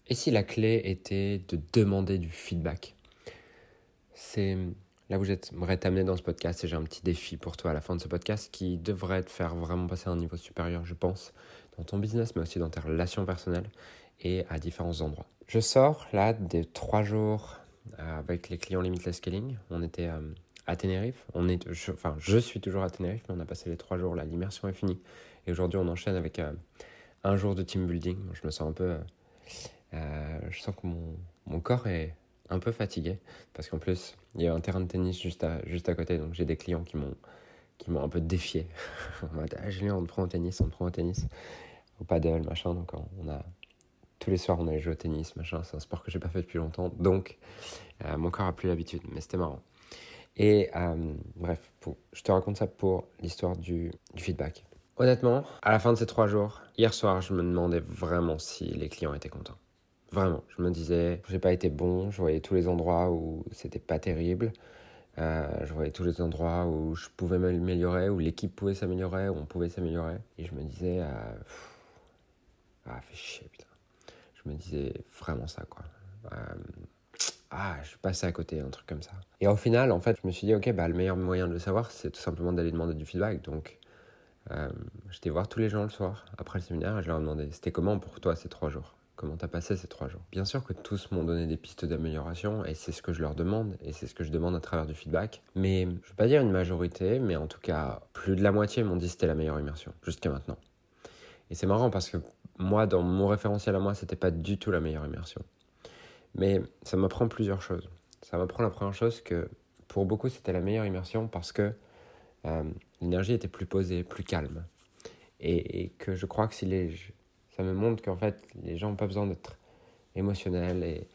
Et si la clé était de demander du feedback? C'est là où j'aimerais t'amener dans ce podcast et j'ai un petit défi pour toi à la fin de ce podcast qui devrait te faire vraiment passer à un niveau supérieur, je pense, dans ton business, mais aussi dans tes relations personnelles et à différents endroits. Je sors là des 3 jours avec les clients Limitless Scaling. On était à Tenerife. Je suis toujours à Tenerife, mais on a passé les 3 jours là. L'immersion est finie. Et aujourd'hui, on enchaîne avec un jour de team building. Je me sens un peu... je sens que mon corps est un peu fatigué parce qu'en plus, il y a un terrain de tennis juste à côté. Donc, j'ai des clients qui m'ont un peu défié. En mode, Julien, on te prend au tennis, au paddle, machin. Donc, tous les soirs, on allait jouer au tennis, machin. C'est un sport que j'ai pas fait depuis longtemps. Donc, mon corps a plus l'habitude, mais c'était marrant. Et bref, je te raconte ça pour l'histoire du feedback. Honnêtement, à la fin de ces 3 jours, hier soir, je me demandais vraiment si les clients étaient contents. Vraiment, je me disais, j'ai pas été bon, je voyais tous les endroits où c'était pas terrible, je voyais tous les endroits où je pouvais m'améliorer, où l'équipe pouvait s'améliorer, où on pouvait s'améliorer. Et je me disais, fais chier, putain. Je me disais vraiment ça, quoi. Je suis passé à côté, un truc comme ça. Et au final, en fait, je me suis dit, ok, le meilleur moyen de le savoir, c'est tout simplement d'aller demander du feedback. Donc, j'étais voir tous les gens le soir, après le séminaire, et je leur ai demandé, c'était comment pour toi ces 3 jours? Comment t'as passé ces 3 jours? Bien sûr que tous m'ont donné des pistes d'amélioration, et c'est ce que je leur demande, et c'est ce que je demande à travers du feedback. Mais, je ne vais pas dire une majorité, mais en tout cas, plus de la moitié m'ont dit que c'était la meilleure immersion, jusqu'à maintenant. Et c'est marrant parce que moi, dans mon référentiel à moi, c'était pas du tout la meilleure immersion. Mais ça m'apprend plusieurs choses. Ça m'apprend la première chose que pour beaucoup, c'était la meilleure immersion parce que l'énergie était plus posée, plus calme. Et que je crois que ça me montre qu'en fait, les gens n'ont pas besoin d'être émotionnels et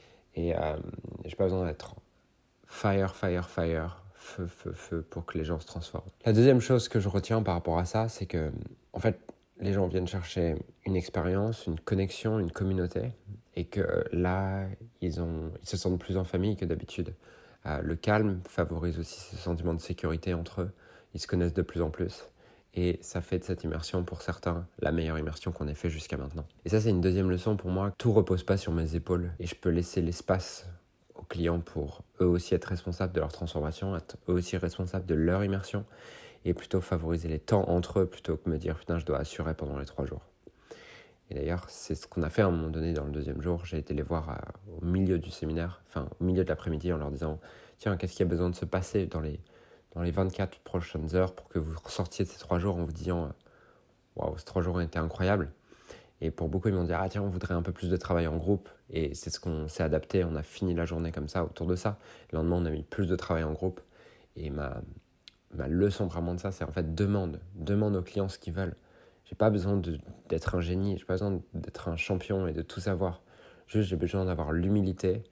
j'ai pas besoin d'être fire, feu, feu, feu pour que les gens se transforment. La deuxième chose que je retiens par rapport à ça, c'est que en fait, les gens viennent chercher une expérience, une connexion, une communauté, et que là, ils se sentent plus en famille que d'habitude. Le calme favorise aussi ce sentiment de sécurité entre eux. Ils se connaissent de plus en plus. Et ça fait de cette immersion, pour certains, la meilleure immersion qu'on ait fait jusqu'à maintenant. Et ça, c'est une deuxième leçon pour moi. Tout repose pas sur mes épaules. Et je peux laisser l'espace aux clients pour eux aussi être responsables de leur transformation, être eux aussi responsables de leur immersion, et plutôt favoriser les temps entre eux plutôt que me dire putain je dois assurer pendant les 3 jours. Et d'ailleurs c'est ce qu'on a fait à un moment donné dans le deuxième jour. J'ai été les voir au milieu du séminaire, au milieu de l'après-midi, en leur disant tiens, qu'est-ce qu'il y a besoin de se passer dans les 24 prochaines heures pour que vous ressortiez de ces 3 jours en vous disant waouh, ces 3 jours ont été incroyables. Et pour beaucoup, ils m'ont dit tiens, on voudrait un peu plus de travail en groupe. Et c'est ce qu'on s'est adapté. On a fini la journée comme ça, autour de ça. Le lendemain, on a mis plus de travail en groupe. Et ma leçon vraiment de ça, c'est en fait demande aux clients ce qu'ils veulent. J'ai pas besoin d'être un génie, j'ai pas besoin d'être un champion et de tout savoir. Juste, j'ai besoin d'avoir l'humilité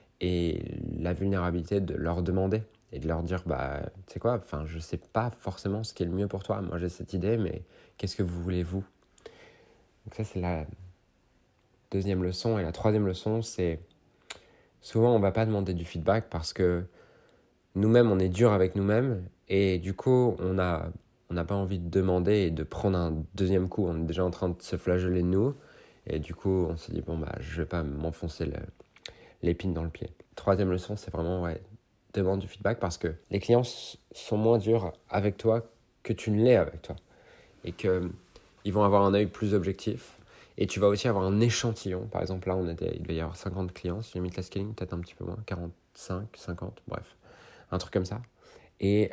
et la vulnérabilité de leur demander et de leur dire tu sais quoi, je sais pas forcément ce qui est le mieux pour toi. Moi, j'ai cette idée, mais qu'est-ce que vous voulez, vous? Donc ça, c'est la deuxième leçon. Et la troisième leçon, c'est souvent, on va pas demander du feedback parce que nous-mêmes, on est dur avec nous-mêmes et du coup, on n'a pas envie de demander et de prendre un deuxième coup. On est déjà en train de se flageller de nous et du coup, on se dit je vais pas m'enfoncer l'épine dans le pied. Troisième leçon, c'est vraiment demande du feedback parce que les clients sont moins durs avec toi que tu ne l'es avec toi et qu'ils vont avoir un œil plus objectif. Et tu vas aussi avoir un échantillon. Par exemple, là, il devait y avoir 50 clients sur Limitless Scaling, peut-être un petit peu moins, 45, 50, bref. Un truc comme ça. Et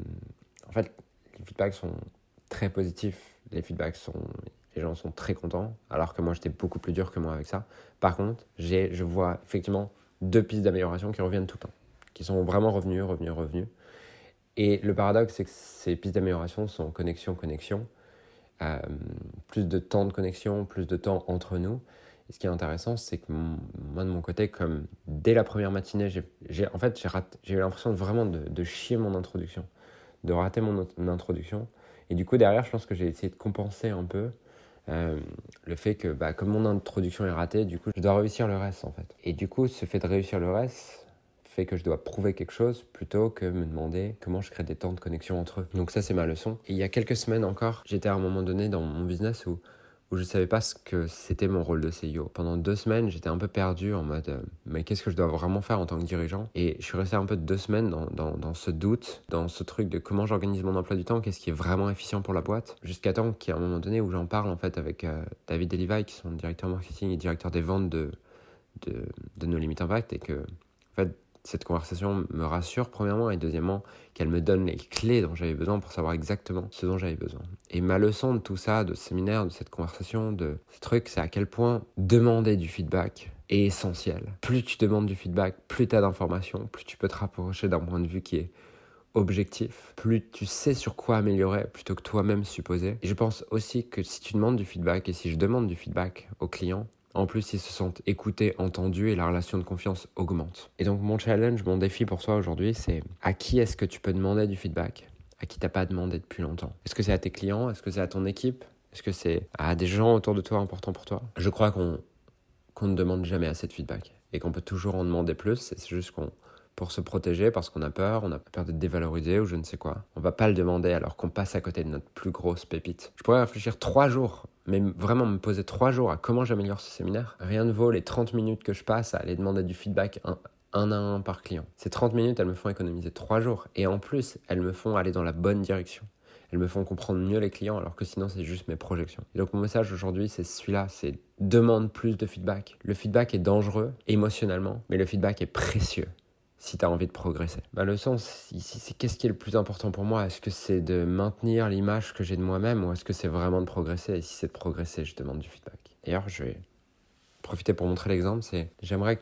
en fait, les feedbacks sont très positifs. Les gens sont très contents, alors que moi, j'étais beaucoup plus dur que moi avec ça. Par contre, je vois effectivement 2 pistes d'amélioration qui reviennent tout le temps, qui sont vraiment revenues. Et le paradoxe, c'est que ces pistes d'amélioration sont connexion, plus de temps de connexion, plus de temps entre nous. Et ce qui est intéressant, c'est que moi, de mon côté, comme dès la première matinée, j'ai eu l'impression vraiment de chier mon introduction, de rater mon introduction. Et du coup, derrière, je pense que j'ai essayé de compenser un peu le fait que, comme mon introduction est ratée, du coup, je dois réussir le reste, en fait. Et du coup, ce fait de réussir le reste fait que je dois prouver quelque chose plutôt que me demander comment je crée des temps de connexion entre eux. Donc ça, c'est ma leçon. Et il y a quelques semaines encore, j'étais à un moment donné dans mon business où où je ne savais pas ce que c'était mon rôle de CEO. Pendant 2 semaines, j'étais un peu perdu en mode mais qu'est-ce que je dois vraiment faire en tant que dirigeant? Et je suis resté un peu 2 semaines dans ce doute, dans ce truc de comment j'organise mon emploi du temps, qu'est-ce qui est vraiment efficient pour la boîte, jusqu'à temps qu'il y ait un moment donné où j'en parle en fait avec David et Levi, qui sont directeur marketing et directeur des ventes de No Limit Impact, et que en fait, cette conversation me rassure premièrement, et deuxièmement qu'elle me donne les clés dont j'avais besoin pour savoir exactement ce dont j'avais besoin. Et ma leçon de tout ça, de ce séminaire, de cette conversation, de ce truc, c'est à quel point demander du feedback est essentiel. Plus tu demandes du feedback, plus tu as d'informations, plus tu peux te rapprocher d'un point de vue qui est objectif, plus tu sais sur quoi améliorer plutôt que toi-même supposer. Et je pense aussi que si tu demandes du feedback, et si je demande du feedback aux clients, en plus, ils se sentent écoutés, entendus, et la relation de confiance augmente. Et donc, mon challenge, mon défi pour toi aujourd'hui, c'est à qui est-ce que tu peux demander du feedback, à qui t'as pas demandé depuis longtemps? Est-ce que c'est à tes clients? Est-ce que c'est à ton équipe? Est-ce que c'est à des gens autour de toi importants pour toi? Je crois qu'on ne demande jamais assez de feedback et qu'on peut toujours en demander plus. C'est juste qu'on, pour se protéger, parce qu'on a peur d'être dévalorisé ou je ne sais quoi, on va pas le demander alors qu'on passe à côté de notre plus grosse pépite. Je pourrais réfléchir 3 jours, mais vraiment me poser 3 jours à comment j'améliore ce séminaire. Rien ne vaut les 30 minutes que je passe à aller demander du feedback un à un par client. Ces 30 minutes, elles me font économiser 3 jours. Et en plus, elles me font aller dans la bonne direction. Elles me font comprendre mieux les clients, alors que sinon, c'est juste mes projections. Et donc, mon message aujourd'hui, c'est celui-là, c'est demande plus de feedback. Le feedback est dangereux émotionnellement, mais le feedback est précieux si tu as envie de progresser. Ma leçon ici, c'est qu'est-ce qui est le plus important pour moi? Est-ce que c'est de maintenir l'image que j'ai de moi-même, ou est-ce que c'est vraiment de progresser? Et si c'est de progresser, je demande du feedback. D'ailleurs, je vais profiter pour montrer l'exemple. J'aimerais que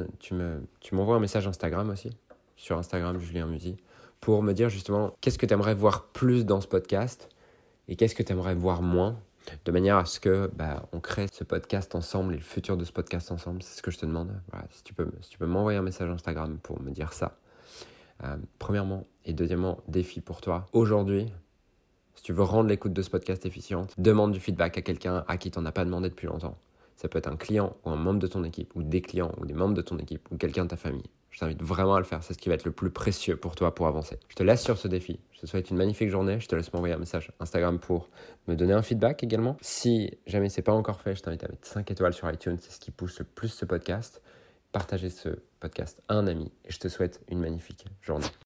tu m'envoies un message Instagram aussi, sur Instagram, Julien Musy, pour me dire justement qu'est-ce que tu aimerais voir plus dans ce podcast et qu'est-ce que tu aimerais voir moins, de manière à ce que on crée ce podcast ensemble et le futur de ce podcast ensemble. C'est ce que je te demande. Voilà, si tu peux m'envoyer un message Instagram pour me dire ça. Premièrement, et deuxièmement, défi pour toi. Aujourd'hui, si tu veux rendre l'écoute de ce podcast efficiente, demande du feedback à quelqu'un à qui tu n'en as pas demandé depuis longtemps. Ça peut être un client ou un membre de ton équipe, ou des clients ou des membres de ton équipe, ou quelqu'un de ta famille. Je t'invite vraiment à le faire, c'est ce qui va être le plus précieux pour toi pour avancer. Je te laisse sur ce défi. Je te souhaite une magnifique journée. Je te laisse m'envoyer un message Instagram pour me donner un feedback également. Si jamais c'est pas encore fait, je t'invite à mettre 5 étoiles sur iTunes, c'est ce qui pousse le plus ce podcast. Partagez ce podcast à un ami et je te souhaite une magnifique journée.